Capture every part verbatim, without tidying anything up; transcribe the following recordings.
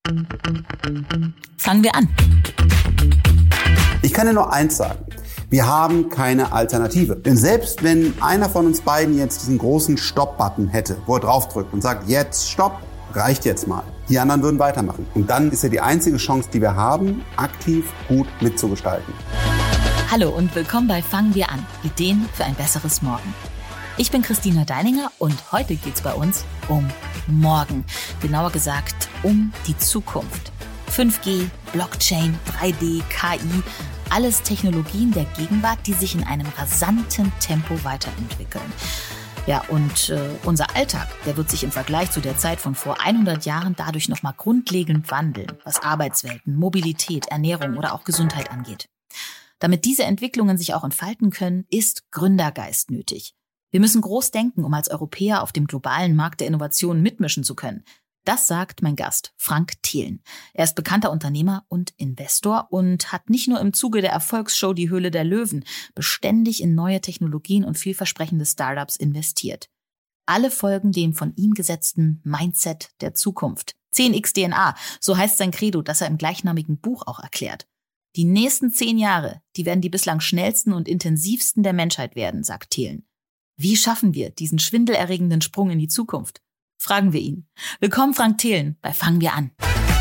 Fangen wir an. Ich kann dir nur eins sagen. Wir haben keine Alternative. Denn selbst wenn einer von uns beiden jetzt diesen großen Stopp-Button hätte, wo er draufdrückt und sagt, jetzt Stopp, reicht jetzt mal. Die anderen würden weitermachen. Und dann ist ja die einzige Chance, die wir haben, aktiv gut mitzugestalten. Hallo und willkommen bei Fangen wir an. Ideen für ein besseres Morgen. Ich bin Christina Deininger und heute geht's bei uns um morgen. Genauer gesagt um die Zukunft. fünf G, Blockchain, drei D, K I, alles Technologien der Gegenwart, die sich in einem rasanten Tempo weiterentwickeln. Ja, und äh, unser Alltag, der wird sich im Vergleich zu der Zeit von vor hundert Jahren dadurch nochmal grundlegend wandeln, was Arbeitswelten, Mobilität, Ernährung oder auch Gesundheit angeht. Damit diese Entwicklungen sich auch entfalten können, ist Gründergeist nötig. Wir müssen groß denken, um als Europäer auf dem globalen Markt der Innovationen mitmischen zu können. Das sagt mein Gast, Frank Thelen. Er ist bekannter Unternehmer und Investor und hat nicht nur im Zuge der Erfolgsshow Die Höhle der Löwen beständig in neue Technologien und vielversprechende Startups investiert. Alle folgen dem von ihm gesetzten Mindset der Zukunft. zehn x D N A, so heißt sein Credo, das er im gleichnamigen Buch auch erklärt. Die nächsten zehn Jahre, die werden die bislang schnellsten und intensivsten der Menschheit werden, sagt Thelen. Wie schaffen wir diesen schwindelerregenden Sprung in die Zukunft? Fragen wir ihn. Willkommen, Frank Thelen, bei Fangen wir an.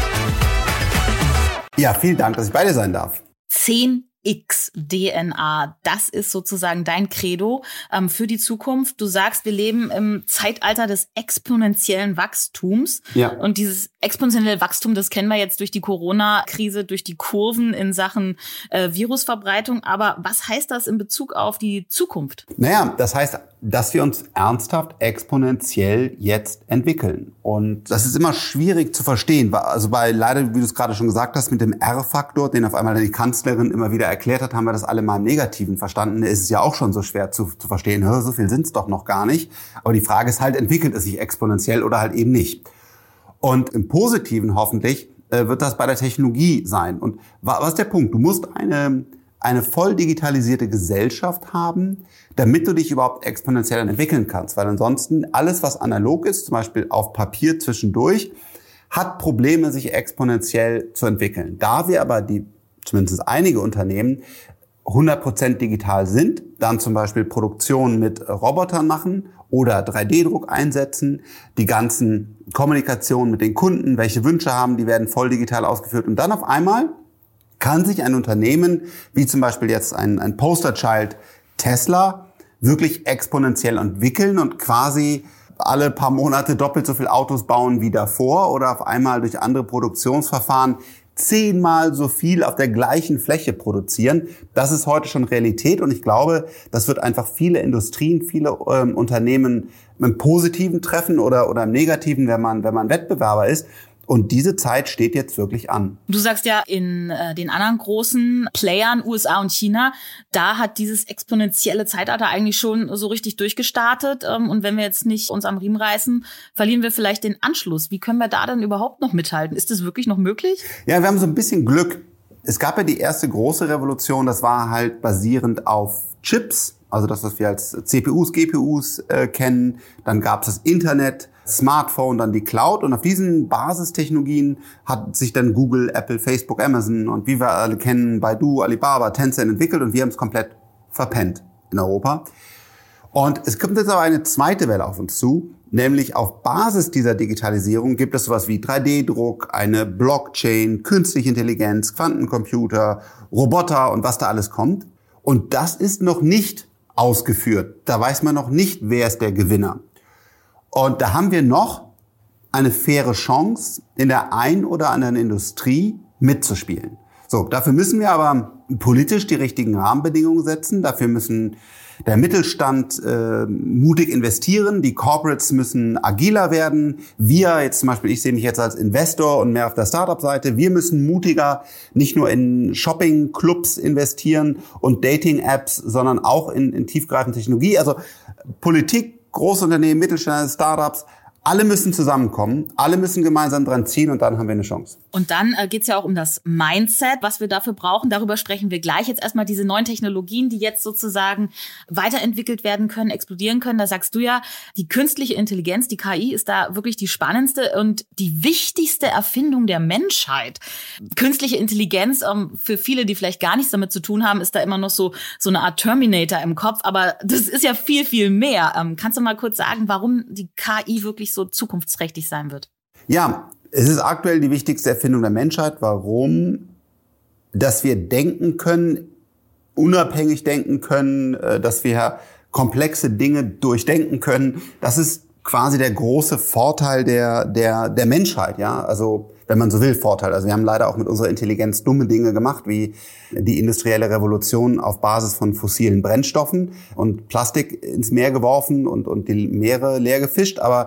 Ja, vielen Dank, dass ich bei dir sein darf. zehn x D N A, das ist sozusagen dein Credo ähm, für die Zukunft. Du sagst, wir leben im Zeitalter des exponentiellen Wachstums. Ja. Und dieses exponentielle Wachstum, das kennen wir jetzt durch die Corona-Krise, durch die Kurven in Sachen äh, Virusverbreitung. Aber was heißt das in Bezug auf die Zukunft? Naja, das heißt, dass wir uns ernsthaft exponentiell jetzt entwickeln. Und das ist immer schwierig zu verstehen. Also weil leider, wie du es gerade schon gesagt hast, mit dem R-Faktor, den auf einmal die Kanzlerin immer wieder erklärt hat, haben wir das alle mal im Negativen verstanden. Ist es ja auch schon so schwer zu, zu verstehen. So viel sind es doch noch gar nicht. Aber die Frage ist halt, entwickelt es sich exponentiell oder halt eben nicht? Und im Positiven hoffentlich äh, wird das bei der Technologie sein. Und was ist der Punkt? Du musst eine, eine voll digitalisierte Gesellschaft haben, damit du dich überhaupt exponentiell entwickeln kannst. Weil ansonsten alles, was analog ist, zum Beispiel auf Papier zwischendurch, hat Probleme, sich exponentiell zu entwickeln. Da wir aber die, zumindest einige Unternehmen, hundert Prozent digital sind, dann zum Beispiel Produktion mit Robotern machen oder drei D Druck einsetzen, die ganzen Kommunikationen mit den Kunden, welche Wünsche haben, die werden voll digital ausgeführt. Und dann auf einmal kann sich ein Unternehmen, wie zum Beispiel jetzt ein, ein Posterchild Tesla, wirklich exponentiell entwickeln und quasi alle paar Monate doppelt so viel Autos bauen wie davor oder auf einmal durch andere Produktionsverfahren zehnmal so viel auf der gleichen Fläche produzieren. Das ist heute schon Realität und ich glaube, das wird einfach viele Industrien, viele ähm, Unternehmen im Positiven treffen oder, oder im Negativen, wenn man, wenn man Wettbewerber ist. Und diese Zeit steht jetzt wirklich an. Du sagst ja, in äh, den anderen großen Playern, U S A und China, da hat dieses exponentielle Zeitalter eigentlich schon so richtig durchgestartet. Ähm, und wenn wir jetzt nicht uns am Riemen reißen, verlieren wir vielleicht den Anschluss. Wie können wir da denn überhaupt noch mithalten? Ist das wirklich noch möglich? Ja, wir haben so ein bisschen Glück. Es gab ja die erste große Revolution, das war halt basierend auf Chips. Also das, was wir als C P Us, G P Us äh, kennen. Dann gab es das Internet, Smartphone, dann die Cloud. Und auf diesen Basistechnologien hat sich dann Google, Apple, Facebook, Amazon und wie wir alle kennen, Baidu, Alibaba, Tencent entwickelt. Und wir haben es komplett verpennt in Europa. Und es kommt jetzt aber eine zweite Welle auf uns zu. Nämlich auf Basis dieser Digitalisierung gibt es sowas wie drei D Druck, eine Blockchain, künstliche Intelligenz, Quantencomputer, Roboter und was da alles kommt. Und das ist noch nicht ausgeführt. Da weiß man noch nicht, wer ist der Gewinner. Und da haben wir noch eine faire Chance, in der ein oder anderen Industrie mitzuspielen. So, dafür müssen wir aber politisch die richtigen Rahmenbedingungen setzen. Dafür müssen der Mittelstand äh, mutig investieren. Die Corporates müssen agiler werden. Wir, jetzt zum Beispiel, ich sehe mich jetzt als Investor und mehr auf der Startup-Seite. Wir müssen mutiger nicht nur in Shopping-Clubs investieren und Dating-Apps, sondern auch in, in tiefgreifende Technologie. Also Politik, Großunternehmen, Mittelstand, Startups, Alle müssen zusammenkommen, alle müssen gemeinsam dran ziehen und dann haben wir eine Chance. Und dann äh, geht's ja auch um das Mindset, was wir dafür brauchen. Darüber sprechen wir gleich. Jetzt erstmal diese neuen Technologien, die jetzt sozusagen weiterentwickelt werden können, explodieren können. Da sagst du ja, die künstliche Intelligenz, die K I, ist da wirklich die spannendste und die wichtigste Erfindung der Menschheit. Künstliche Intelligenz, ähm, für viele, die vielleicht gar nichts damit zu tun haben, ist da immer noch so so eine Art Terminator im Kopf. Aber das ist ja viel, viel mehr. Ähm, kannst du mal kurz sagen, warum die K I wirklich so zukunftsträchtig sein wird? Ja, es ist aktuell die wichtigste Erfindung der Menschheit. Warum? Dass wir denken können, unabhängig denken können, dass wir komplexe Dinge durchdenken können. Das ist quasi der große Vorteil der, der, der Menschheit, ja. Also, wenn man so will, Vorteil. Also, wir haben leider auch mit unserer Intelligenz dumme Dinge gemacht, wie die industrielle Revolution auf Basis von fossilen Brennstoffen und Plastik ins Meer geworfen und, und die Meere leer gefischt. Aber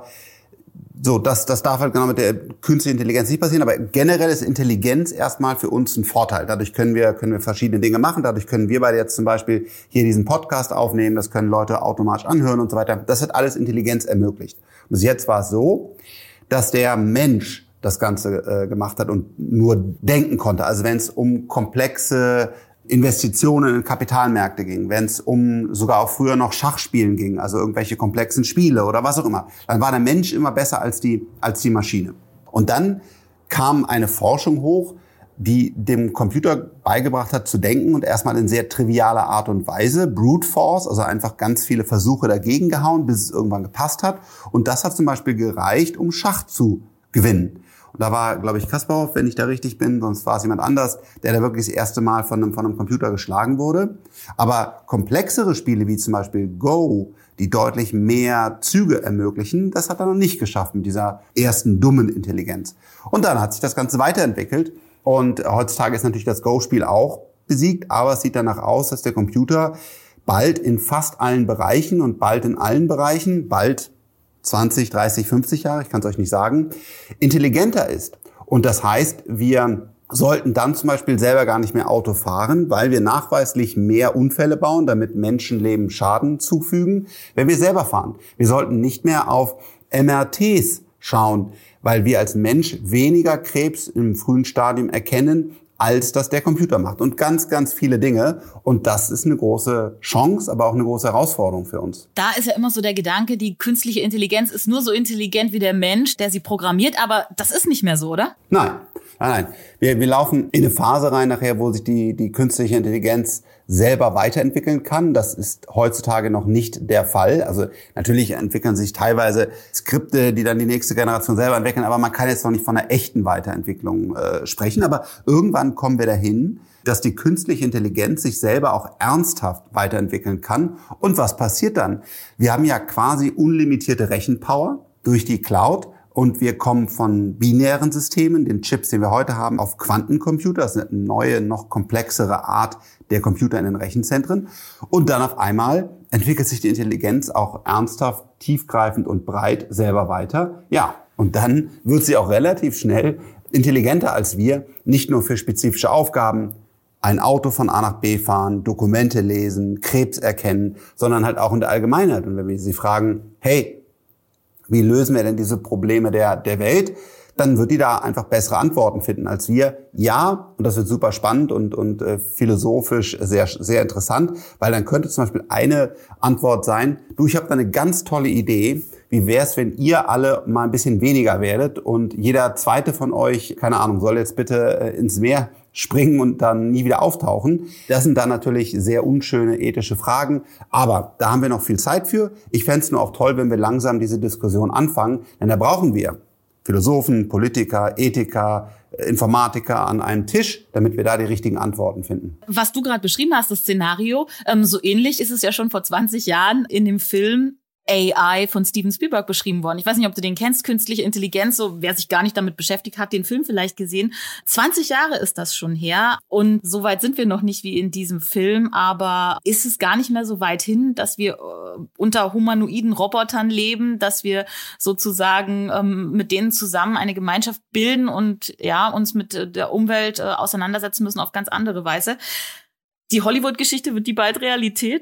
so, das, das darf halt genau mit der künstlichen Intelligenz nicht passieren, aber generell ist Intelligenz erstmal für uns ein Vorteil. Dadurch können wir, können wir verschiedene Dinge machen. Dadurch können wir beide jetzt zum Beispiel hier diesen Podcast aufnehmen. Das können Leute automatisch anhören und so weiter. Das hat alles Intelligenz ermöglicht. Bis jetzt war es so, dass der Mensch das Ganze äh, gemacht hat und nur denken konnte. Also wenn es um komplexe Investitionen in Kapitalmärkte ging, wenn es um sogar auch früher noch Schachspielen ging, also irgendwelche komplexen Spiele oder was auch immer, dann war der Mensch immer besser als die als die Maschine. Und dann kam eine Forschung hoch, die dem Computer beigebracht hat zu denken und erstmal in sehr trivialer Art und Weise, Brute Force, also einfach ganz viele Versuche dagegen gehauen, bis es irgendwann gepasst hat. Und das hat zum Beispiel gereicht, um Schach zu gewinnen. Und da war, glaube ich, Kasparov, wenn ich da richtig bin, sonst war es jemand anders, der da wirklich das erste Mal von einem, von einem Computer geschlagen wurde. Aber komplexere Spiele wie zum Beispiel Go, die deutlich mehr Züge ermöglichen, das hat er noch nicht geschafft mit dieser ersten dummen Intelligenz. Und dann hat sich das Ganze weiterentwickelt. Und heutzutage ist natürlich das Go-Spiel auch besiegt, aber es sieht danach aus, dass der Computer bald in fast allen Bereichen und bald in allen Bereichen, bald zwanzig, dreißig, fünfzig Jahre, ich kann es euch nicht sagen, intelligenter ist. Und das heißt, wir sollten dann zum Beispiel selber gar nicht mehr Auto fahren, weil wir nachweislich mehr Unfälle bauen, damit Menschenleben Schaden zufügen, wenn wir selber fahren. Wir sollten nicht mehr auf M R Ts schauen, weil wir als Mensch weniger Krebs im frühen Stadium erkennen, als das der Computer macht. Und ganz, ganz viele Dinge. Und das ist eine große Chance, aber auch eine große Herausforderung für uns. Da ist ja immer so der Gedanke, die künstliche Intelligenz ist nur so intelligent wie der Mensch, der sie programmiert. Aber das ist nicht mehr so, oder? Nein, nein, nein. Wir, wir laufen in eine Phase rein nachher, wo sich die, die künstliche Intelligenz selber weiterentwickeln kann. Das ist heutzutage noch nicht der Fall. Also natürlich entwickeln sich teilweise Skripte, die dann die nächste Generation selber entwickeln, aber man kann jetzt noch nicht von einer echten Weiterentwicklung äh, sprechen. Aber irgendwann kommen wir dahin, dass die künstliche Intelligenz sich selber auch ernsthaft weiterentwickeln kann. Und was passiert dann? Wir haben ja quasi unlimitierte Rechenpower durch die Cloud. Und wir kommen von binären Systemen, den Chips, den wir heute haben, auf Quantencomputer. Das ist eine neue, noch komplexere Art der Computer in den Rechenzentren. Und dann auf einmal entwickelt sich die Intelligenz auch ernsthaft, tiefgreifend und breit selber weiter. Ja, und dann wird sie auch relativ schnell intelligenter als wir, nicht nur für spezifische Aufgaben, ein Auto von A nach B fahren, Dokumente lesen, Krebs erkennen, sondern halt auch in der Allgemeinheit. Und wenn wir sie fragen, hey, wie lösen wir denn diese Probleme der, der Welt? Dann wird die da einfach bessere Antworten finden als wir. Ja, und das wird super spannend und, und äh, philosophisch sehr, sehr interessant, weil dann könnte zum Beispiel eine Antwort sein, du, ich habe da eine ganz tolle Idee. Wie wäre es, wenn ihr alle mal ein bisschen weniger werdet und jeder zweite von euch, keine Ahnung, soll jetzt bitte äh, ins Meer springen und dann nie wieder auftauchen. Das sind dann natürlich sehr unschöne ethische Fragen, aber da haben wir noch viel Zeit für. Ich fände es nur auch toll, wenn wir langsam diese Diskussion anfangen, denn da brauchen wir Philosophen, Politiker, Ethiker, Informatiker an einem Tisch, damit wir da die richtigen Antworten finden. Was du gerade beschrieben hast, das Szenario, ähm, so ähnlich ist es ja schon vor zwanzig Jahren in dem Film A I von Steven Spielberg beschrieben worden. Ich weiß nicht, ob du den kennst, künstliche Intelligenz, so wer sich gar nicht damit beschäftigt hat, den Film vielleicht gesehen. zwanzig Jahre ist das schon her und so weit sind wir noch nicht wie in diesem Film, aber ist es gar nicht mehr so weit hin, dass wir äh, unter humanoiden Robotern leben, dass wir sozusagen ähm, mit denen zusammen eine Gemeinschaft bilden und ja uns mit äh, der Umwelt äh, auseinandersetzen müssen auf ganz andere Weise. Die Hollywood-Geschichte, wird die bald Realität?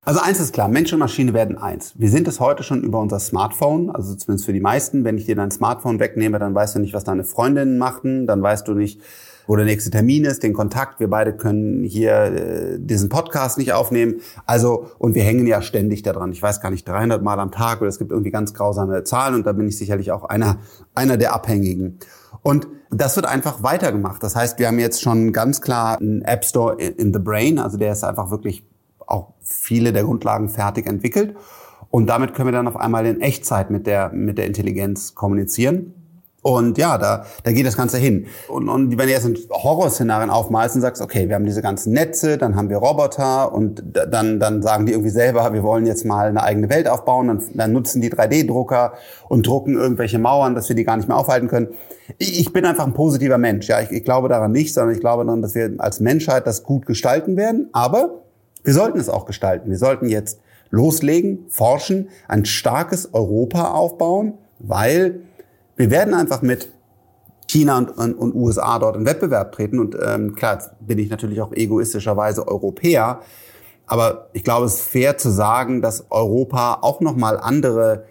Also eins ist klar, Mensch und Maschine werden eins. Wir sind es heute schon über unser Smartphone, also zumindest für die meisten. Wenn ich dir dein Smartphone wegnehme, dann weißt du nicht, was deine Freundinnen machten, dann weißt du nicht, wo der nächste Termin ist, den Kontakt. Wir beide können hier äh, diesen Podcast nicht aufnehmen. Also, und wir hängen ja ständig daran. Ich weiß gar nicht, dreihundert Mal am Tag oder es gibt irgendwie ganz grausame Zahlen und da bin ich sicherlich auch einer, einer der Abhängigen. Und das wird einfach weitergemacht. Das heißt, wir haben jetzt schon ganz klar einen App Store in the Brain, also der ist einfach wirklich auch viele der Grundlagen fertig entwickelt. Und damit können wir dann auf einmal in Echtzeit mit der, mit der Intelligenz kommunizieren. Und ja, da, da geht das Ganze hin. Und, und wenn du jetzt ein Horrorszenarien aufmalst und sagst, okay, wir haben diese ganzen Netze, dann haben wir Roboter und dann, dann sagen die irgendwie selber, wir wollen jetzt mal eine eigene Welt aufbauen, dann, dann nutzen die drei D Drucker und drucken irgendwelche Mauern, dass wir die gar nicht mehr aufhalten können. Ich, ich bin einfach ein positiver Mensch. Ja, ich, ich glaube daran nicht, sondern ich glaube daran, dass wir als Menschheit das gut gestalten werden. Aber wir sollten es auch gestalten. Wir sollten jetzt loslegen, forschen, ein starkes Europa aufbauen, weil wir werden einfach mit China und, und, und U S A dort in Wettbewerb treten. Und ähm, klar, jetzt bin ich natürlich auch egoistischerweise Europäer. Aber ich glaube, es ist fair zu sagen, dass Europa auch nochmal andere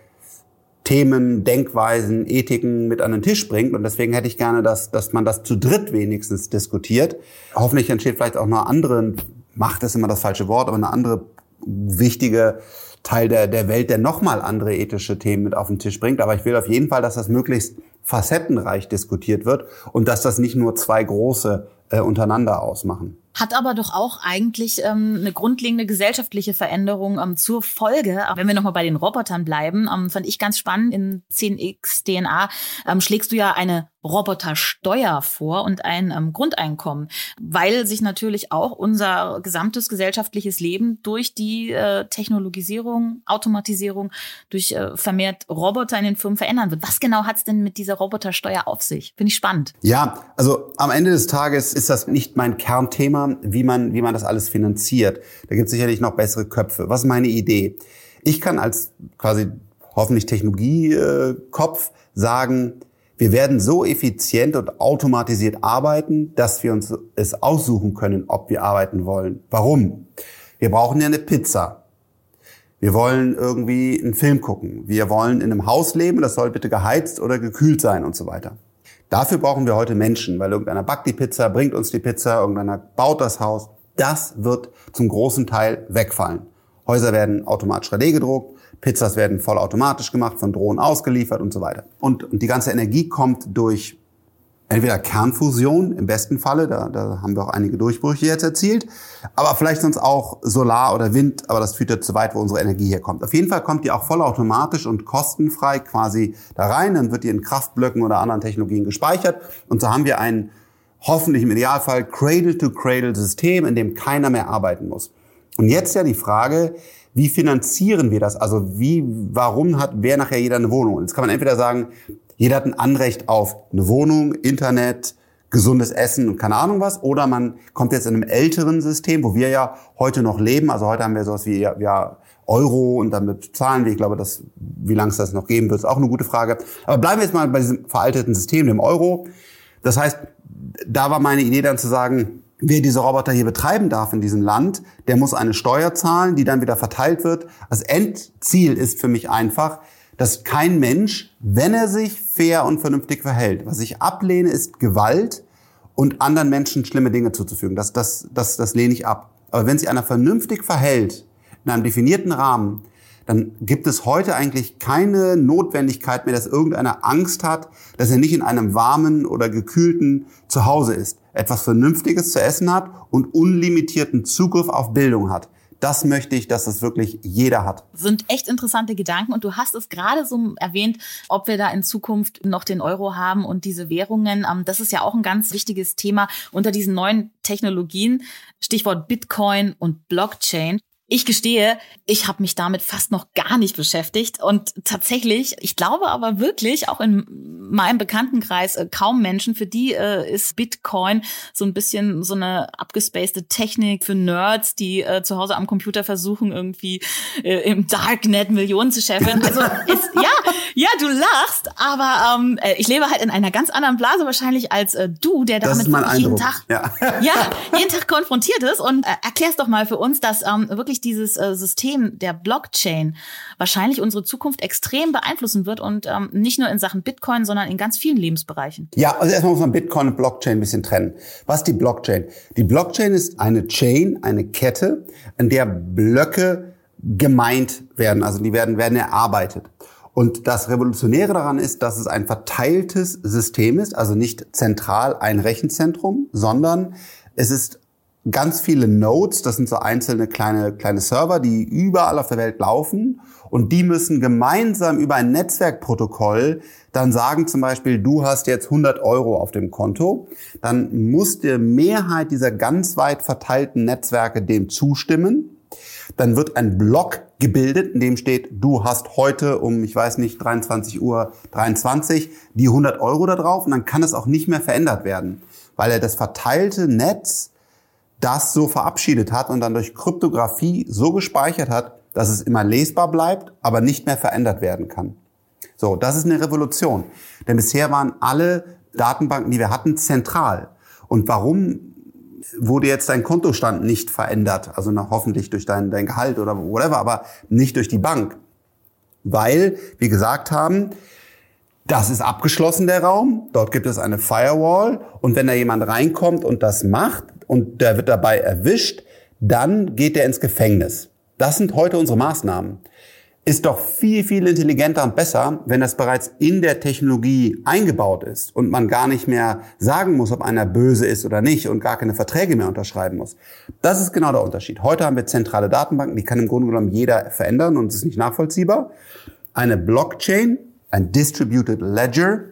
Themen, Denkweisen, Ethiken mit an den Tisch bringt. Und deswegen hätte ich gerne, dass, dass man das zu dritt wenigstens diskutiert. Hoffentlich entsteht vielleicht auch noch andere, Macht ist immer das falsche Wort, aber eine andere wichtige Teil der, der Welt, der nochmal andere ethische Themen mit auf den Tisch bringt. Aber ich will auf jeden Fall, dass das möglichst facettenreich diskutiert wird und dass das nicht nur zwei große äh, untereinander ausmachen. Hat aber doch auch eigentlich ähm, eine grundlegende gesellschaftliche Veränderung ähm, zur Folge. Wenn wir nochmal bei den Robotern bleiben, ähm, fand ich ganz spannend, in zehn x D N A ähm, schlägst du ja eine Robotersteuer vor und ein ähm, Grundeinkommen, weil sich natürlich auch unser gesamtes gesellschaftliches Leben durch die äh, Technologisierung, Automatisierung, durch äh, vermehrt Roboter in den Firmen verändern wird. Was genau hat's denn mit dieser Robotersteuer auf sich? Finde ich spannend. Ja, also am Ende des Tages ist das nicht mein Kernthema, wie man, wie man das alles finanziert. Da gibt es sicherlich noch bessere Köpfe. Was ist meine Idee? Ich kann als quasi hoffentlich Technologiekopf sagen, wir werden so effizient und automatisiert arbeiten, dass wir uns es aussuchen können, ob wir arbeiten wollen. Warum? Wir brauchen ja eine Pizza. Wir wollen irgendwie einen Film gucken. Wir wollen in einem Haus leben, das soll bitte geheizt oder gekühlt sein und so weiter. Dafür brauchen wir heute Menschen, weil irgendeiner backt die Pizza, bringt uns die Pizza, irgendeiner baut das Haus. Das wird zum großen Teil wegfallen. Häuser werden automatisch drei D gedruckt, Pizzas werden vollautomatisch gemacht, von Drohnen ausgeliefert und so weiter. Und, und die ganze Energie kommt durch entweder Kernfusion im besten Falle, da, da haben wir auch einige Durchbrüche jetzt erzielt, aber vielleicht sonst auch Solar oder Wind, aber das führt ja zu weit, wo unsere Energie herkommt. Auf jeden Fall kommt die auch vollautomatisch und kostenfrei quasi da rein, dann wird die in Kraftblöcken oder anderen Technologien gespeichert und so haben wir ein hoffentlich im Idealfall Cradle-to-Cradle-System, in dem keiner mehr arbeiten muss. Und jetzt ja die Frage, wie finanzieren wir das? Also wie, warum hat wer nachher jeder eine Wohnung? Und jetzt kann man entweder sagen, jeder hat ein Anrecht auf eine Wohnung, Internet, gesundes Essen und keine Ahnung was. Oder man kommt jetzt in einem älteren System, wo wir ja heute noch leben. Also heute haben wir sowas wie ja, Euro und damit zahlen wir. Ich glaube, dass, wie lange es das noch geben wird, ist auch eine gute Frage. Aber bleiben wir jetzt mal bei diesem veralteten System, dem Euro. Das heißt, da war meine Idee dann zu sagen, wer diese Roboter hier betreiben darf in diesem Land, der muss eine Steuer zahlen, die dann wieder verteilt wird. Das Endziel ist für mich einfach, dass kein Mensch, wenn er sich fair und vernünftig verhält, was ich ablehne, ist Gewalt und anderen Menschen schlimme Dinge zuzufügen. Das, das, das, das lehne ich ab. Aber wenn sich einer vernünftig verhält, in einem definierten Rahmen, dann gibt es heute eigentlich keine Notwendigkeit mehr, dass irgendeiner Angst hat, dass er nicht in einem warmen oder gekühlten Zuhause ist, etwas Vernünftiges zu essen hat und unlimitierten Zugriff auf Bildung hat. Das möchte ich, dass das wirklich jeder hat. Sind echt interessante Gedanken und du hast es gerade so erwähnt, ob wir da in Zukunft noch den Euro haben und diese Währungen. Das ist ja auch ein ganz wichtiges Thema unter diesen neuen Technologien. Stichwort Bitcoin und Blockchain. Ich gestehe, ich habe mich damit fast noch gar nicht beschäftigt und tatsächlich, ich glaube aber wirklich, auch in meinem Bekanntenkreis äh, kaum Menschen, für die äh, ist Bitcoin so ein bisschen so eine abgespacede Technik für Nerds, die äh, zu Hause am Computer versuchen, irgendwie äh, im Darknet Millionen zu scheffeln. Also ist, ja, ja, du lachst, aber ähm, ich lebe halt in einer ganz anderen Blase wahrscheinlich als äh, du, der damit wirklich jeden Tag, ja. ja, jeden Tag konfrontiert ist und äh, erklär's doch mal für uns, dass ähm, wirklich tatsächlich dieses äh, System der Blockchain wahrscheinlich unsere Zukunft extrem beeinflussen wird und ähm, nicht nur in Sachen Bitcoin, sondern in ganz vielen Lebensbereichen. Ja, also erstmal muss man Bitcoin und Blockchain ein bisschen trennen. Was ist die Blockchain? Die Blockchain ist eine Chain, eine Kette, an der Blöcke gemeint werden, also die werden, werden erarbeitet. Und das Revolutionäre daran ist, dass es ein verteiltes System ist, also nicht zentral ein Rechenzentrum, sondern es ist ganz viele Nodes, das sind so einzelne kleine, kleine Server, die überall auf der Welt laufen und die müssen gemeinsam über ein Netzwerkprotokoll dann sagen zum Beispiel, du hast jetzt hundert Euro auf dem Konto, dann muss die Mehrheit dieser ganz weit verteilten Netzwerke dem zustimmen. Dann wird ein Block gebildet, in dem steht, du hast heute um, ich weiß nicht, dreiundzwanzig Uhr dreiundzwanzig die hundert Euro da drauf und dann kann es auch nicht mehr verändert werden, weil er das verteilte Netz das so verabschiedet hat und dann durch Kryptographie so gespeichert hat, dass es immer lesbar bleibt, aber nicht mehr verändert werden kann. So, das ist eine Revolution. Denn bisher waren alle Datenbanken, die wir hatten, zentral. Und warum wurde jetzt dein Kontostand nicht verändert? Also na, hoffentlich durch dein, dein Gehalt oder whatever, aber nicht durch die Bank. Weil wir gesagt haben, das ist abgeschlossen, der Raum. Dort gibt es eine Firewall. Und wenn da jemand reinkommt und das macht und der wird dabei erwischt, dann geht der ins Gefängnis. Das sind heute unsere Maßnahmen. Ist doch viel, viel intelligenter und besser, wenn das bereits in der Technologie eingebaut ist und man gar nicht mehr sagen muss, ob einer böse ist oder nicht und gar keine Verträge mehr unterschreiben muss. Das ist genau der Unterschied. Heute haben wir zentrale Datenbanken, die kann im Grunde genommen jeder verändern und es ist nicht nachvollziehbar. Eine Blockchain, ein Distributed Ledger,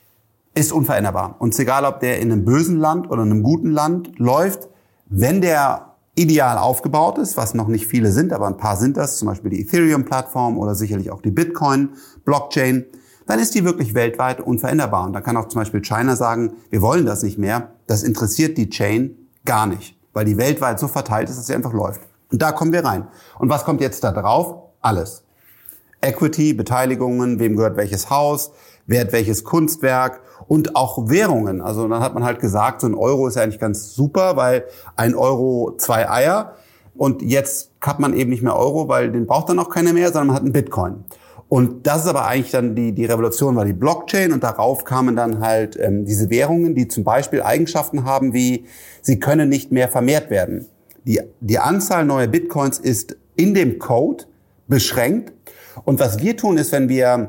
ist unveränderbar. Und es ist egal, ob der in einem bösen Land oder in einem guten Land läuft, wenn der ideal aufgebaut ist, was noch nicht viele sind, aber ein paar sind das, zum Beispiel die Ethereum-Plattform oder sicherlich auch die Bitcoin-Blockchain, dann ist die wirklich weltweit unveränderbar. Und da kann auch zum Beispiel China sagen, wir wollen das nicht mehr. Das interessiert die Chain gar nicht, weil die weltweit so verteilt ist, dass sie einfach läuft. Und da kommen wir rein. Und was kommt jetzt da drauf? Alles. Equity, Beteiligungen, wem gehört welches Haus, wer hat welches Kunstwerk und auch Währungen. Also dann hat man halt gesagt, so ein Euro ist ja eigentlich ganz super, weil ein Euro zwei Eier. Und jetzt hat man eben nicht mehr Euro, weil den braucht dann auch keiner mehr, sondern man hat einen Bitcoin. Und das ist aber eigentlich dann die, die Revolution, war die Blockchain und darauf kamen dann halt ähm, diese Währungen, die zum Beispiel Eigenschaften haben wie, sie können nicht mehr vermehrt werden. Die, die Anzahl neuer Bitcoins ist in dem Code beschränkt. Und was wir tun ist, wenn wir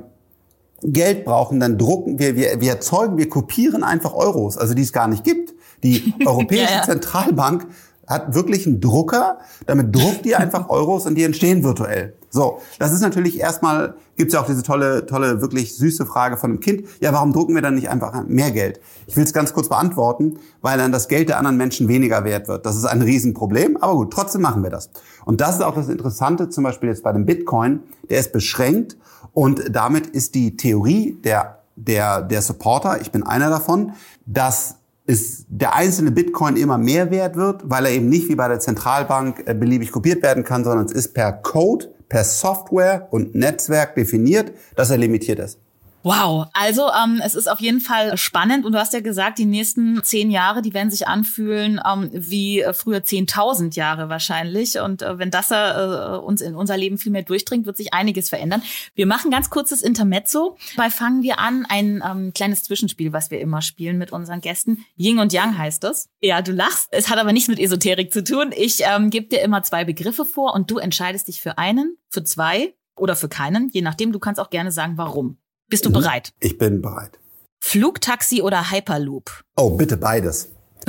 Geld brauchen, dann drucken wir, wir, wir erzeugen, wir kopieren einfach Euros, also die es gar nicht gibt. Die Europäische ja, ja. Zentralbank hat wirklich einen Drucker, damit druckt die einfach Euros und die entstehen virtuell. So, das ist natürlich erstmal, gibt's ja auch diese tolle, tolle, wirklich süße Frage von einem Kind. Ja, warum drucken wir dann nicht einfach mehr Geld? Ich will es ganz kurz beantworten, weil dann das Geld der anderen Menschen weniger wert wird. Das ist ein Riesenproblem, aber gut, trotzdem machen wir das. Und das ist auch das Interessante, zum Beispiel jetzt bei dem Bitcoin, der ist beschränkt und damit ist die Theorie der, der, der Supporter, ich bin einer davon, dass ist der einzelne Bitcoin immer mehr wert wird, weil er eben nicht wie bei der Zentralbank beliebig kopiert werden kann, sondern es ist per Code, per Software und Netzwerk definiert, dass er limitiert ist. Wow, also ähm, es ist auf jeden Fall spannend und du hast ja gesagt, die nächsten zehn Jahre, die werden sich anfühlen ähm, wie früher zehntausend Jahre wahrscheinlich und äh, wenn das äh, uns in unser Leben viel mehr durchdringt, wird sich einiges verändern. Wir machen ganz kurzes Intermezzo, dabei fangen wir an, ein ähm, kleines Zwischenspiel, was wir immer spielen mit unseren Gästen. Yin und Yang heißt es. Ja, du lachst, es hat aber nichts mit Esoterik zu tun. Ich ähm, gebe dir immer zwei Begriffe vor und du entscheidest dich für einen, für zwei oder für keinen, je nachdem, du kannst auch gerne sagen, warum. Bist du bereit? Ich bin bereit. Flugtaxi oder Hyperloop? Oh, bitte beides.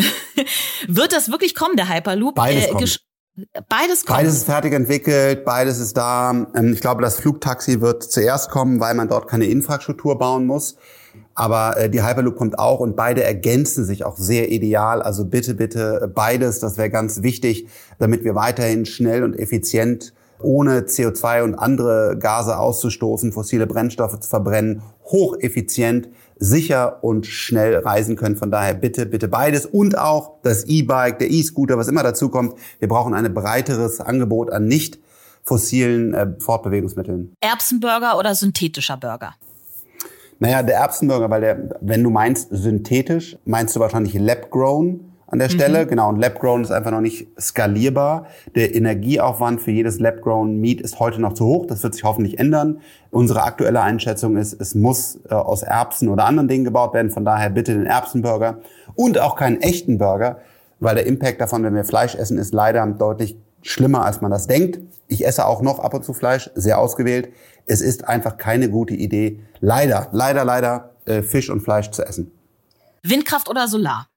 Wird das wirklich kommen, der Hyperloop? Beides äh, kommt. Beides kommt. Beides ist fertig entwickelt, beides ist da. Ich glaube, das Flugtaxi wird zuerst kommen, weil man dort keine Infrastruktur bauen muss. Aber die Hyperloop kommt auch und beide ergänzen sich auch sehr ideal. Also bitte, bitte beides, das wäre ganz wichtig, damit wir weiterhin schnell und effizient ohne C O zwei und andere Gase auszustoßen, fossile Brennstoffe zu verbrennen, hocheffizient, sicher und schnell reisen können. Von daher bitte, bitte beides. Und auch das E-Bike, der E-Scooter, was immer dazu kommt. Wir brauchen ein breiteres Angebot an nicht fossilen äh, Fortbewegungsmitteln. Erbsenburger oder synthetischer Burger? Naja, der Erbsenburger, weil der, wenn du meinst synthetisch, meinst du wahrscheinlich lab-grown. an der Stelle. Mhm. Genau, und Lab-Grown ist einfach noch nicht skalierbar. Der Energieaufwand für jedes Lab-Grown Meat ist heute noch zu hoch. Das wird sich hoffentlich ändern. Unsere aktuelle Einschätzung ist, es muss äh, aus Erbsen oder anderen Dingen gebaut werden. Von daher bitte den Erbsenburger und auch keinen echten Burger, weil der Impact davon, wenn wir Fleisch essen, ist leider deutlich schlimmer, als man das denkt. Ich esse auch noch ab und zu Fleisch, sehr ausgewählt. Es ist einfach keine gute Idee, leider, leider, leider äh, Fisch und Fleisch zu essen. Windkraft oder Solar?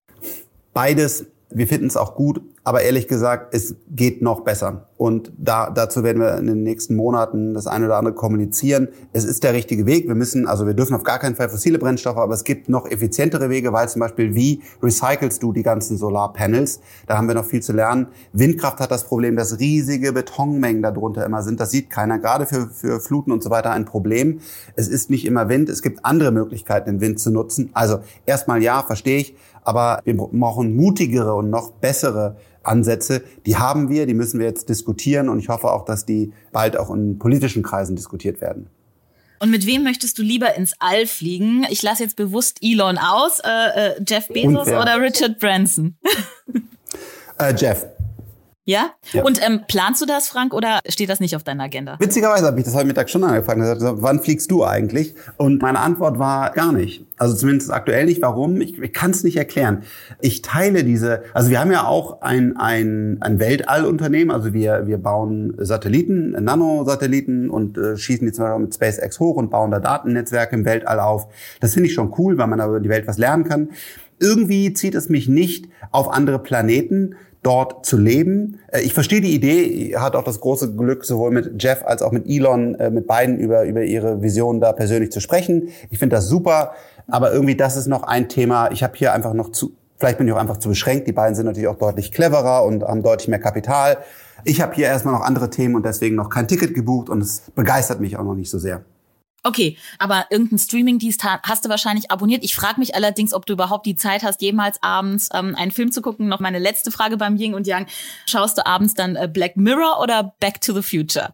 Beides. Wir finden es auch gut, aber ehrlich gesagt, es geht noch besser. Und da, dazu werden wir in den nächsten Monaten das eine oder andere kommunizieren. Es ist der richtige Weg. Wir müssen, also wir dürfen auf gar keinen Fall fossile Brennstoffe, aber es gibt noch effizientere Wege, weil zum Beispiel, wie recycelst du die ganzen Solarpanels? Da haben wir noch viel zu lernen. Windkraft hat das Problem, dass riesige Betonmengen darunter immer sind. Das sieht keiner. Gerade für, für Fluten und so weiter ein Problem. Es ist nicht immer Wind. Es gibt andere Möglichkeiten, den Wind zu nutzen. Also erstmal ja, verstehe ich. Aber wir brauchen mutigere und noch bessere Ansätze. Die haben wir, die müssen wir jetzt diskutieren. Und ich hoffe auch, dass die bald auch in politischen Kreisen diskutiert werden. Und mit wem möchtest du lieber ins All fliegen? Ich lasse jetzt bewusst Elon aus. Äh, äh, Jeff Bezos oder Richard Branson? äh, Jeff. Ja? ja? Und ähm, planst du das, Frank, oder steht das nicht auf deiner Agenda? Witzigerweise habe ich das heute Mittag schon angefangen. Ich gesagt, wann fliegst du eigentlich? Und meine Antwort war gar nicht. Also zumindest aktuell nicht. Warum? Ich, ich kann es nicht erklären. Ich teile diese, also wir haben ja auch ein, ein, ein Weltallunternehmen. Also wir, wir bauen Satelliten, Nanosatelliten und äh, schießen die zum Beispiel mit SpaceX hoch und bauen da Datennetzwerke im Weltall auf. Das finde ich schon cool, weil man da über die Welt was lernen kann. Irgendwie zieht es mich nicht auf andere Planeten, dort zu leben. Ich verstehe die Idee, hat auch das große Glück, sowohl mit Jeff als auch mit Elon, mit beiden über, über ihre Vision da persönlich zu sprechen. Ich finde das super, aber irgendwie das ist noch ein Thema. Ich habe hier einfach noch zu, vielleicht bin ich auch einfach zu beschränkt. Die beiden sind natürlich auch deutlich cleverer und haben deutlich mehr Kapital. Ich habe hier erstmal noch andere Themen und deswegen noch kein Ticket gebucht und es begeistert mich auch noch nicht so sehr. Okay, aber irgendein Streamingdienst hast du wahrscheinlich abonniert. Ich frage mich allerdings, ob du überhaupt die Zeit hast, jemals abends ähm, einen Film zu gucken. Noch meine letzte Frage beim Yin und Yang. Schaust du abends dann äh, Black Mirror oder Back to the Future?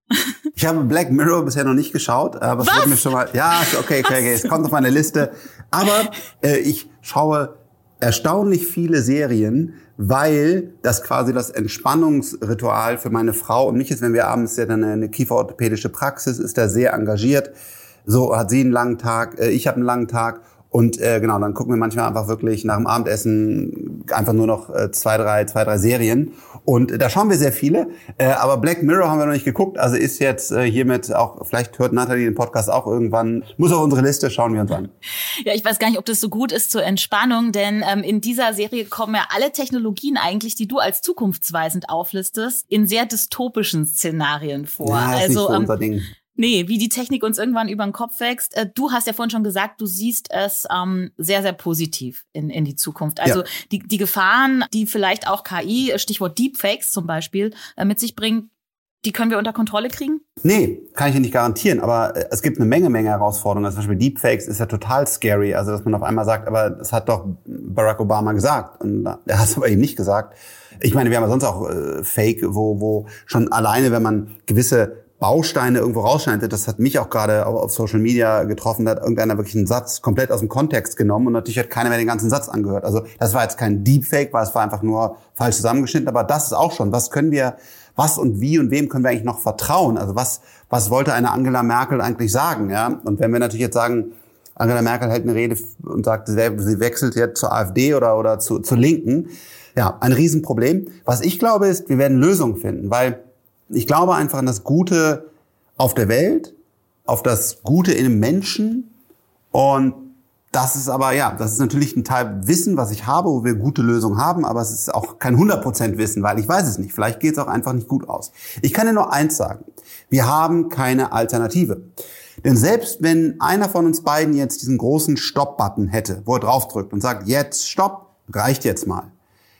Ich habe Black Mirror bisher noch nicht geschaut, aber es wird mir schon mal, ja, okay, okay, okay, es kommt auf meine Liste. Aber äh, ich schaue erstaunlich viele Serien, weil das quasi das Entspannungsritual für meine Frau und mich ist, wenn wir abends ja dann eine kieferorthopädische Praxis, ist da sehr engagiert. So hat sie einen langen Tag, ich habe einen langen Tag und äh, genau, dann gucken wir manchmal einfach wirklich nach dem Abendessen einfach nur noch äh, zwei, drei, zwei, drei Serien und äh, da schauen wir sehr viele. Äh, aber Black Mirror haben wir noch nicht geguckt, also ist jetzt äh, hiermit auch, vielleicht hört Nathalie den Podcast auch irgendwann, muss auf unsere Liste, schauen wir uns an. Ja, ich weiß gar nicht, ob das so gut ist zur Entspannung, denn ähm, in dieser Serie kommen ja alle Technologien eigentlich, die du als zukunftsweisend auflistest, in sehr dystopischen Szenarien vor. Ja, das ist also nicht so ähm, unser Ding. Nee, wie die Technik uns irgendwann über den Kopf wächst. Du hast ja vorhin schon gesagt, du siehst es ähm, sehr, sehr positiv in, in die Zukunft. Also ja. die, die Gefahren, die vielleicht auch K I, Stichwort Deepfakes zum Beispiel, äh, mit sich bringt, die können wir unter Kontrolle kriegen? Nee, kann ich dir nicht garantieren, aber es gibt eine Menge, Menge Herausforderungen. Also zum Beispiel Deepfakes ist ja total scary, also dass man auf einmal sagt, aber das hat doch Barack Obama gesagt und er hat es aber eben nicht gesagt. Ich meine, wir haben ja sonst auch äh, Fake, wo, wo schon alleine, wenn man gewisse Bausteine irgendwo rausschneidet, das hat mich auch gerade auf Social Media getroffen, da hat irgendeiner wirklich einen Satz komplett aus dem Kontext genommen und natürlich hat keiner mehr den ganzen Satz angehört. Also das war jetzt kein Deepfake, weil es war einfach nur falsch zusammengeschnitten, aber das ist auch schon, was können wir, was und wie und wem können wir eigentlich noch vertrauen? Also was, was wollte eine Angela Merkel eigentlich sagen? Ja? Und wenn wir natürlich jetzt sagen, Angela Merkel hält eine Rede und sagt, sie wechselt jetzt zur AfD oder, oder zu, zur Linken, ja, ein Riesenproblem. Was ich glaube ist, wir werden Lösungen finden, weil ich glaube einfach an das Gute auf der Welt, auf das Gute in dem Menschen und das ist aber, ja, das ist natürlich ein Teil Wissen, was ich habe, wo wir gute Lösungen haben, aber es ist auch kein hundert Prozent Wissen, weil ich weiß es nicht. Vielleicht geht es auch einfach nicht gut aus. Ich kann dir nur eins sagen, wir haben keine Alternative. Denn selbst wenn einer von uns beiden jetzt diesen großen Stopp-Button hätte, wo er draufdrückt und sagt, jetzt Stopp, reicht jetzt mal,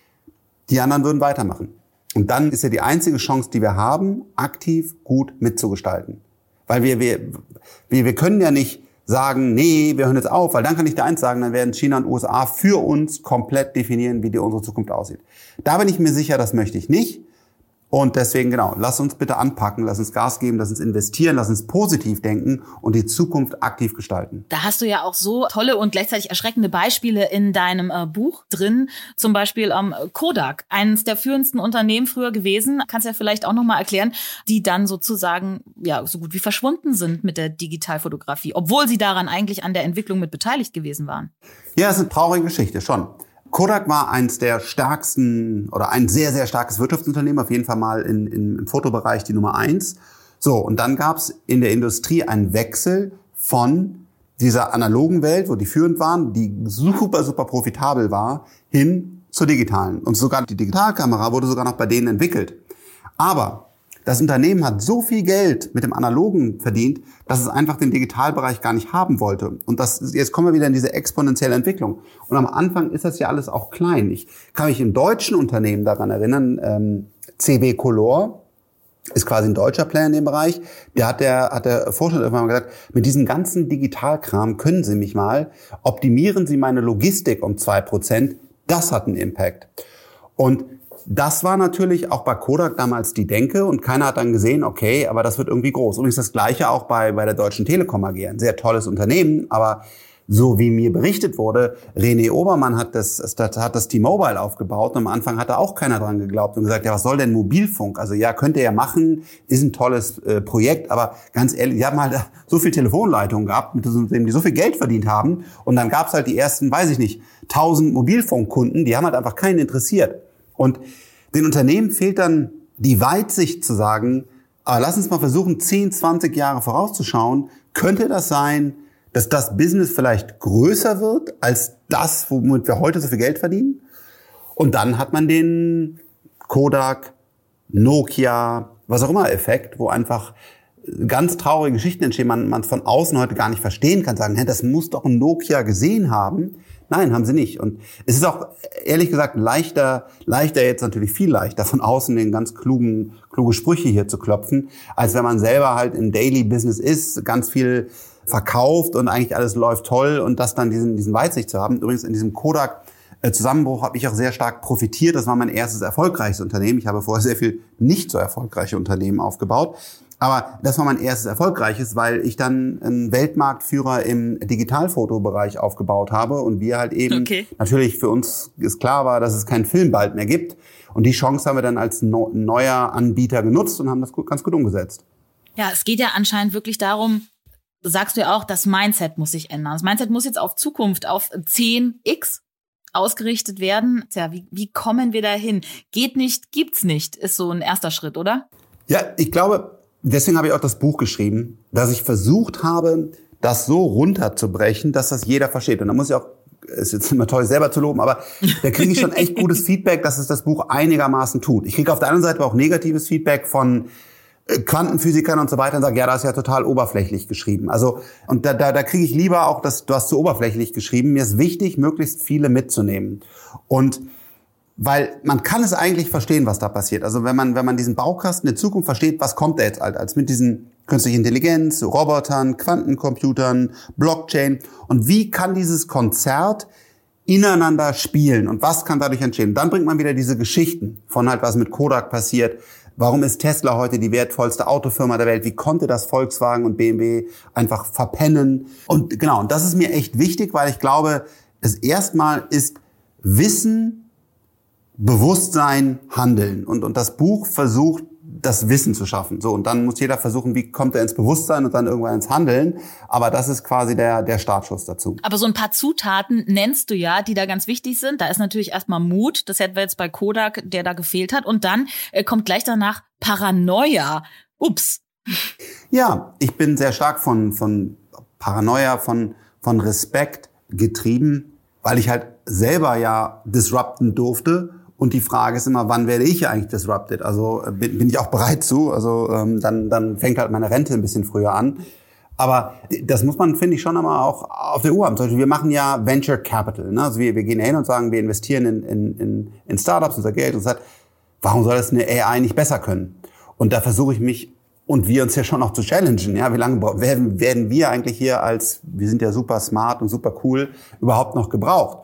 die anderen würden weitermachen. Und dann ist ja die einzige Chance, die wir haben, aktiv gut mitzugestalten. Weil wir, wir, wir, wir können ja nicht sagen, nee, wir hören jetzt auf, weil dann kann ich dir eins sagen, dann werden China und U S A für uns komplett definieren, wie die unsere Zukunft aussieht. Da bin ich mir sicher, das möchte ich nicht. Und deswegen, genau, lass uns bitte anpacken, lass uns Gas geben, lass uns investieren, lass uns positiv denken und die Zukunft aktiv gestalten. Da hast du ja auch so tolle und gleichzeitig erschreckende Beispiele in deinem äh, Buch drin. Zum Beispiel ähm, Kodak, eines der führendsten Unternehmen früher gewesen. Kannst ja vielleicht auch nochmal erklären, die dann sozusagen ja so gut wie verschwunden sind mit der Digitalfotografie, obwohl sie daran eigentlich an der Entwicklung mit beteiligt gewesen waren. Ja, das ist eine traurige Geschichte, schon. Kodak war eins der stärksten oder ein sehr, sehr starkes Wirtschaftsunternehmen, auf jeden Fall mal in, in, im Fotobereich die Nummer eins. So, und dann gab es in der Industrie einen Wechsel von dieser analogen Welt, wo die führend waren, die super, super profitabel war, hin zur digitalen. Und sogar die Digitalkamera wurde sogar noch bei denen entwickelt. Aber das Unternehmen hat so viel Geld mit dem Analogen verdient, dass es einfach den Digitalbereich gar nicht haben wollte. Und das, jetzt kommen wir wieder in diese exponentielle Entwicklung. Und am Anfang ist das ja alles auch klein. Ich kann mich in deutschen Unternehmen daran erinnern, ähm, C W Color ist quasi ein deutscher Player in dem Bereich. Der hat der, hat der Vorstand irgendwann mal gesagt, mit diesem ganzen Digitalkram können Sie mich mal, optimieren Sie meine Logistik um zwei Prozent. Das hat einen Impact. Und das war natürlich auch bei Kodak damals die Denke und keiner hat dann gesehen, okay, aber das wird irgendwie groß. Übrigens das Gleiche auch bei, bei der Deutschen Telekom A G. Ein sehr tolles Unternehmen, aber so wie mir berichtet wurde, René Obermann hat das, das hat das T-Mobile aufgebaut und am Anfang hatte auch keiner dran geglaubt und gesagt, ja, was soll denn Mobilfunk? Also ja, könnt ihr ja machen, ist ein tolles äh, Projekt, aber ganz ehrlich, die haben halt so viel Telefonleitungen gehabt, mit denen die so viel Geld verdient haben und dann gab's halt die ersten, weiß ich nicht, tausend Mobilfunkkunden, die haben halt einfach keinen interessiert. Und den Unternehmen fehlt dann die Weitsicht zu sagen, aber lass uns mal versuchen, zehn, zwanzig Jahre vorauszuschauen. Könnte das sein, dass das Business vielleicht größer wird als das, womit wir heute so viel Geld verdienen? Und dann hat man den Kodak, Nokia, was auch immer Effekt, wo einfach ganz traurige Geschichten entstehen, man man von außen heute gar nicht verstehen kann, sagen, hey, das muss doch ein Nokia gesehen haben. Nein, haben sie nicht. Und es ist auch, ehrlich gesagt, leichter, leichter jetzt natürlich viel leichter, von außen den ganz klugen, kluge Sprüche hier zu klopfen, als wenn man selber halt im Daily Business ist, ganz viel verkauft und eigentlich alles läuft toll und das dann diesen, diesen Weitsicht zu haben. Übrigens in diesem Kodak-Zusammenbruch habe ich auch sehr stark profitiert. Das war mein erstes erfolgreiches Unternehmen. Ich habe vorher sehr viel nicht so erfolgreiche Unternehmen aufgebaut. Aber das war mein erstes erfolgreiches, weil ich dann einen Weltmarktführer im Digitalfotobereich aufgebaut habe und wir halt eben, okay. Natürlich für uns ist klar war, dass es keinen Film bald mehr gibt. Und die Chance haben wir dann als neuer Anbieter genutzt und haben das ganz gut umgesetzt. Ja, es geht ja anscheinend wirklich darum, sagst du ja auch, das Mindset muss sich ändern. Das Mindset muss jetzt auf Zukunft, auf zehn X ausgerichtet werden. Tja, wie, wie kommen wir da hin? Geht nicht, gibt's nicht, ist so ein erster Schritt, oder? Ja, ich glaube, deswegen habe ich auch das Buch geschrieben, dass ich versucht habe, das so runterzubrechen, dass das jeder versteht. Und da muss ich auch, ist jetzt immer toll, selber zu loben, aber da kriege ich schon echt gutes Feedback, dass es das Buch einigermaßen tut. Ich kriege auf der anderen Seite auch negatives Feedback von Quantenphysikern und so weiter und sage, ja, das ist ja total oberflächlich geschrieben. Also, und da, da, da kriege ich lieber auch, dass du hast zu oberflächlich geschrieben. Mir ist wichtig, möglichst viele mitzunehmen. Und weil man kann es eigentlich verstehen, was da passiert. Also wenn man wenn man diesen Baukasten in Zukunft versteht, was kommt da jetzt halt als mit diesen künstlichen Intelligenz, Robotern, Quantencomputern, Blockchain und wie kann dieses Konzert ineinander spielen und was kann dadurch entstehen? Und dann bringt man wieder diese Geschichten von halt, was mit Kodak passiert. Warum ist Tesla heute die wertvollste Autofirma der Welt? Wie konnte das Volkswagen und B M W einfach verpennen? Und genau, und das ist mir echt wichtig, weil ich glaube, das erstmal ist Wissen, Bewusstsein, Handeln. Und, und das Buch versucht, das Wissen zu schaffen. So, und dann muss jeder versuchen, wie kommt er ins Bewusstsein und dann irgendwann ins Handeln. Aber das ist quasi der, der Startschuss dazu. Aber so ein paar Zutaten nennst du ja, die da ganz wichtig sind. Da ist natürlich erstmal Mut. Das hätten wir jetzt bei Kodak, der da gefehlt hat. Und dann äh, kommt gleich danach Paranoia. Ups. Ja, ich bin sehr stark von, von Paranoia, von, von Respekt getrieben, weil ich halt selber ja disrupten durfte. Und die Frage ist immer, wann werde ich eigentlich disrupted? Also bin, bin ich auch bereit zu. Also ähm, dann, dann fängt halt meine Rente ein bisschen früher an. Aber das muss man, finde ich, schon immer auch auf der Uhr haben. Zum Beispiel, wir machen ja Venture Capital. Ne? Also wir, wir gehen hin und sagen, wir investieren in, in, in, in Startups, unser Geld. Und sagt, warum soll das eine A I nicht besser können? Und da versuche ich mich und wir uns ja schon noch zu challengen. Ja, wie lange werden, werden wir eigentlich hier als, wir sind ja super smart und super cool, überhaupt noch gebraucht?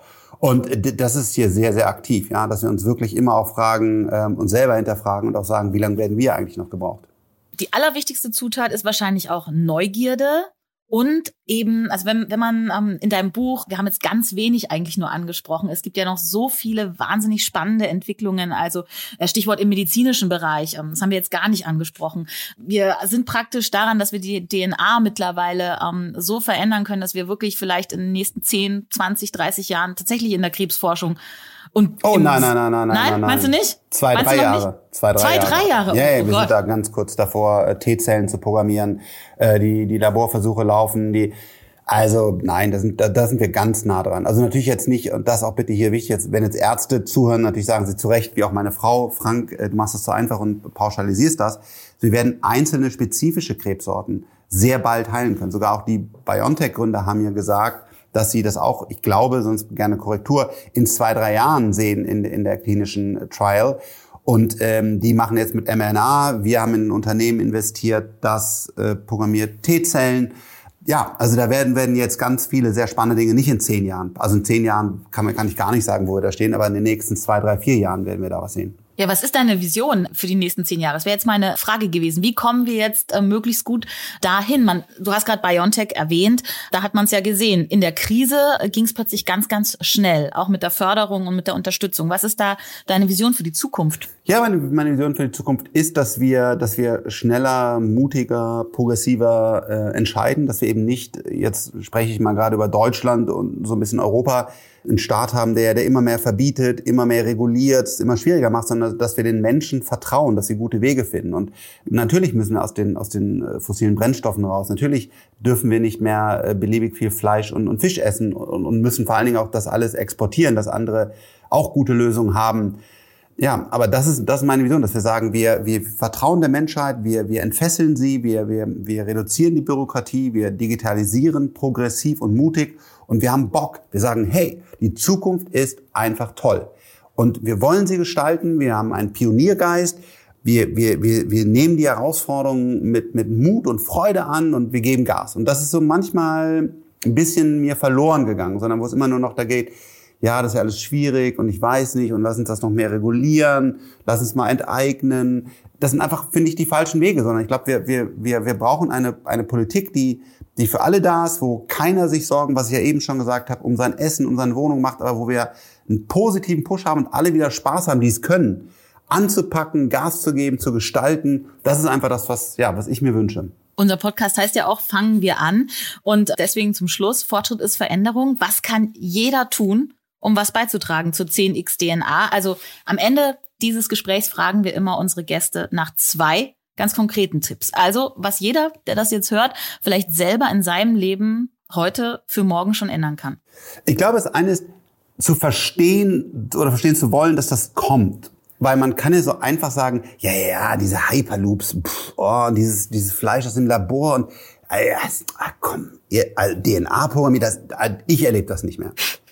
Und das ist hier sehr, sehr aktiv, ja, dass wir uns wirklich immer auch fragen, ähm, uns selber hinterfragen und auch sagen, wie lange werden wir eigentlich noch gebraucht? Die allerwichtigste Zutat ist wahrscheinlich auch Neugierde. Und eben, also wenn, wenn man ähm, in deinem Buch, wir haben jetzt ganz wenig eigentlich nur angesprochen, es gibt ja noch so viele wahnsinnig spannende Entwicklungen, also äh, Stichwort im medizinischen Bereich, ähm, das haben wir jetzt gar nicht angesprochen. Wir sind praktisch daran, dass wir die D N A mittlerweile ähm, so verändern können, dass wir wirklich vielleicht in den nächsten zehn, zwanzig, dreißig Jahren tatsächlich in der Krebsforschung und Oh nein, nein, nein, nein, nein, nein, nein. Meinst du nicht? Zwei, Meinst drei du noch Jahre. nicht? Zwei, drei Zwei, Jahre. drei Jahre. Ja, ja, Oh wir Gott. sind da ganz kurz davor, äh, T-Zellen zu programmieren, äh, die, die Laborversuche laufen, die, also nein, da sind, da, da sind wir ganz nah dran. Also natürlich jetzt nicht, und das auch bitte hier wichtig, jetzt, wenn jetzt Ärzte zuhören, natürlich sagen sie zu Recht, wie auch meine Frau, Frank, äh, du machst das so einfach und pauschalisierst das. Wir werden einzelne spezifische Krebssorten sehr bald heilen können. Sogar auch die BioNTech-Gründer haben ja gesagt, dass sie das auch, ich glaube, sonst gerne Korrektur, in zwei, drei Jahren sehen in, in der klinischen Trial. Und ähm, die machen jetzt mit mRNA. Wir haben in ein Unternehmen investiert, das äh, programmiert T-Zellen. Ja, also da werden werden jetzt ganz viele sehr spannende Dinge, nicht in zehn Jahren. Also in zehn Jahren kann man kann ich gar nicht sagen, wo wir da stehen, aber in den nächsten zwei, drei, vier Jahren werden wir da was sehen. Ja, was ist deine Vision für die nächsten zehn Jahre? Das wäre jetzt meine Frage gewesen. Wie kommen wir jetzt äh, möglichst gut dahin? Man, du hast gerade BioNTech erwähnt, da hat man es ja gesehen. In der Krise äh, ging es plötzlich ganz, ganz schnell, auch mit der Förderung und mit der Unterstützung. Was ist da deine Vision für die Zukunft? Ja, meine, meine Vision für die Zukunft ist, dass wir, dass wir schneller, mutiger, progressiver äh, entscheiden, dass wir eben nicht, jetzt spreche ich mal gerade über Deutschland und so ein bisschen Europa, einen Staat haben, der, der immer mehr verbietet, immer mehr reguliert, es immer schwieriger macht, sondern dass wir den Menschen vertrauen, dass sie gute Wege finden. Und natürlich müssen wir aus den, aus den fossilen Brennstoffen raus. Natürlich dürfen wir nicht mehr beliebig viel Fleisch und, und Fisch essen und, und müssen vor allen Dingen auch das alles exportieren, dass andere auch gute Lösungen haben. Ja, aber das ist, das ist meine Vision, dass wir sagen, wir, wir vertrauen der Menschheit, wir, wir entfesseln sie, wir, wir, wir reduzieren die Bürokratie, wir digitalisieren progressiv und mutig und wir haben Bock. Wir sagen, hey, die Zukunft ist einfach toll. Und wir wollen sie gestalten, wir haben einen Pioniergeist, wir, wir, wir, wir nehmen die Herausforderungen mit, mit Mut und Freude an und wir geben Gas. Und das ist so manchmal ein bisschen mir verloren gegangen, sondern wo es immer nur noch da geht, ja, das ist ja alles schwierig und ich weiß nicht und lass uns das noch mehr regulieren, lass uns mal enteignen. Das sind einfach, finde ich, die falschen Wege, sondern ich glaube, wir, wir, wir, wir brauchen eine, eine Politik, die, die für alle da ist, wo keiner sich Sorgen, was ich ja eben schon gesagt habe, um sein Essen, um seine Wohnung macht, aber wo wir einen positiven Push haben und alle wieder Spaß haben, die es können, anzupacken, Gas zu geben, zu gestalten. Das ist einfach das, was, ja, was ich mir wünsche. Unser Podcast heißt ja auch, fangen wir an. Und deswegen zum Schluss, Fortschritt ist Veränderung. Was kann jeder tun, um was beizutragen zu zehn x D N A? Also am Ende dieses Gesprächs fragen wir immer unsere Gäste nach zwei ganz konkreten Tipps. Also was jeder, der das jetzt hört, vielleicht selber in seinem Leben heute für morgen schon ändern kann. Ich glaube, das eine ist, zu verstehen oder verstehen zu wollen, dass das kommt. Weil man kann ja so einfach sagen, ja, ja, ja, diese Hyperloops, pff, oh, dieses, dieses Fleisch aus dem Labor und, äh, ah, komm, ihr, äh, D N A-Programmier, das, äh, ich erlebe das nicht mehr.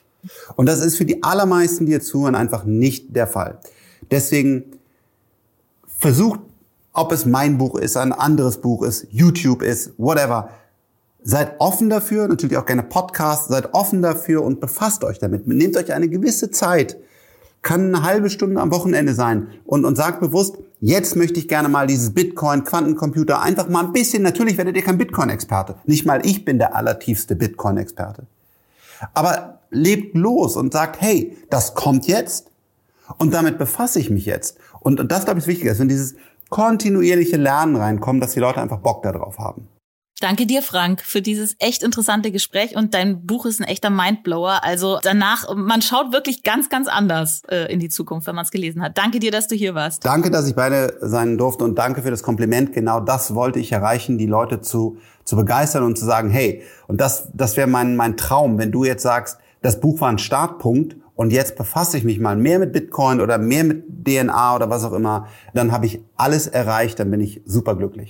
Und das ist für die allermeisten, die jetzt zuhören, einfach nicht der Fall. Deswegen versucht, ob es mein Buch ist, ein anderes Buch ist, YouTube ist, whatever, seid offen dafür, natürlich auch gerne Podcasts, seid offen dafür und befasst euch damit. Nehmt euch eine gewisse Zeit, kann eine halbe Stunde am Wochenende sein und, und sagt bewusst, jetzt möchte ich gerne mal dieses Bitcoin, Quantencomputer, einfach mal ein bisschen, natürlich werdet ihr kein Bitcoin-Experte. Nicht mal ich bin der allertiefste Bitcoin-Experte. Aber lebt los und sagt, hey, das kommt jetzt und damit befasse ich mich jetzt. Und, und das, glaube ich, ist wichtig, dass wenn dieses kontinuierliche Lernen reinkommt, dass die Leute einfach Bock darauf haben. Danke dir, Frank, für dieses echt interessante Gespräch und dein Buch ist ein echter Mindblower. Also danach, man schaut wirklich ganz, ganz anders äh, in die Zukunft, wenn man es gelesen hat. Danke dir, dass du hier warst. Danke, dass ich beide sein durfte und danke für das Kompliment. Genau das wollte ich erreichen, die Leute zu zu begeistern und zu sagen, hey, und das das wäre mein mein Traum, wenn du jetzt sagst, das Buch war ein Startpunkt und jetzt befasse ich mich mal mehr mit Bitcoin oder mehr mit D N A oder was auch immer, dann habe ich alles erreicht, dann bin ich superglücklich.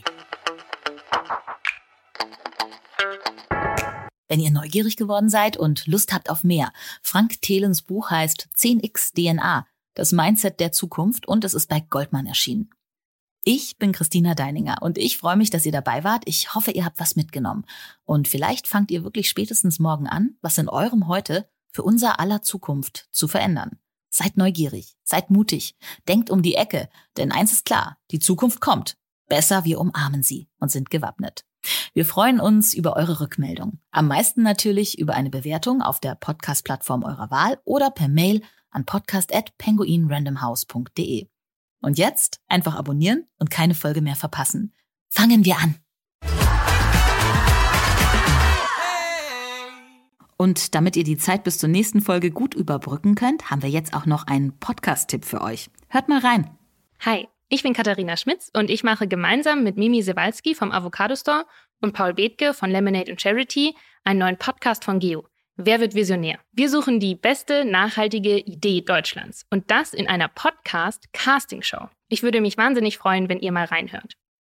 Wenn ihr neugierig geworden seid und Lust habt auf mehr, Frank Thelens Buch heißt zehn x D N A, das Mindset der Zukunft und es ist bei Goldman erschienen. Ich bin Christina Deininger und ich freue mich, dass ihr dabei wart. Ich hoffe, ihr habt was mitgenommen. Und vielleicht fangt ihr wirklich spätestens morgen an, was in eurem Heute für unser aller Zukunft zu verändern. Seid neugierig, seid mutig, denkt um die Ecke, denn eins ist klar, die Zukunft kommt. Besser, wir umarmen sie und sind gewappnet. Wir freuen uns über eure Rückmeldung. Am meisten natürlich über eine Bewertung auf der Podcast-Plattform eurer Wahl oder per Mail an podcast at penguin random house punkt de. Und jetzt einfach abonnieren und keine Folge mehr verpassen. Fangen wir an! Und damit ihr die Zeit bis zur nächsten Folge gut überbrücken könnt, haben wir jetzt auch noch einen Podcast-Tipp für euch. Hört mal rein. Hi, ich bin Katharina Schmitz und ich mache gemeinsam mit Mimi Sewalski vom Avocado Store und Paul Bethke von Lemonade and Charity einen neuen Podcast von Geo. Wer wird Visionär? Wir suchen die beste nachhaltige Idee Deutschlands und das in einer Podcast-Casting-Show. Ich würde mich wahnsinnig freuen, wenn ihr mal reinhört.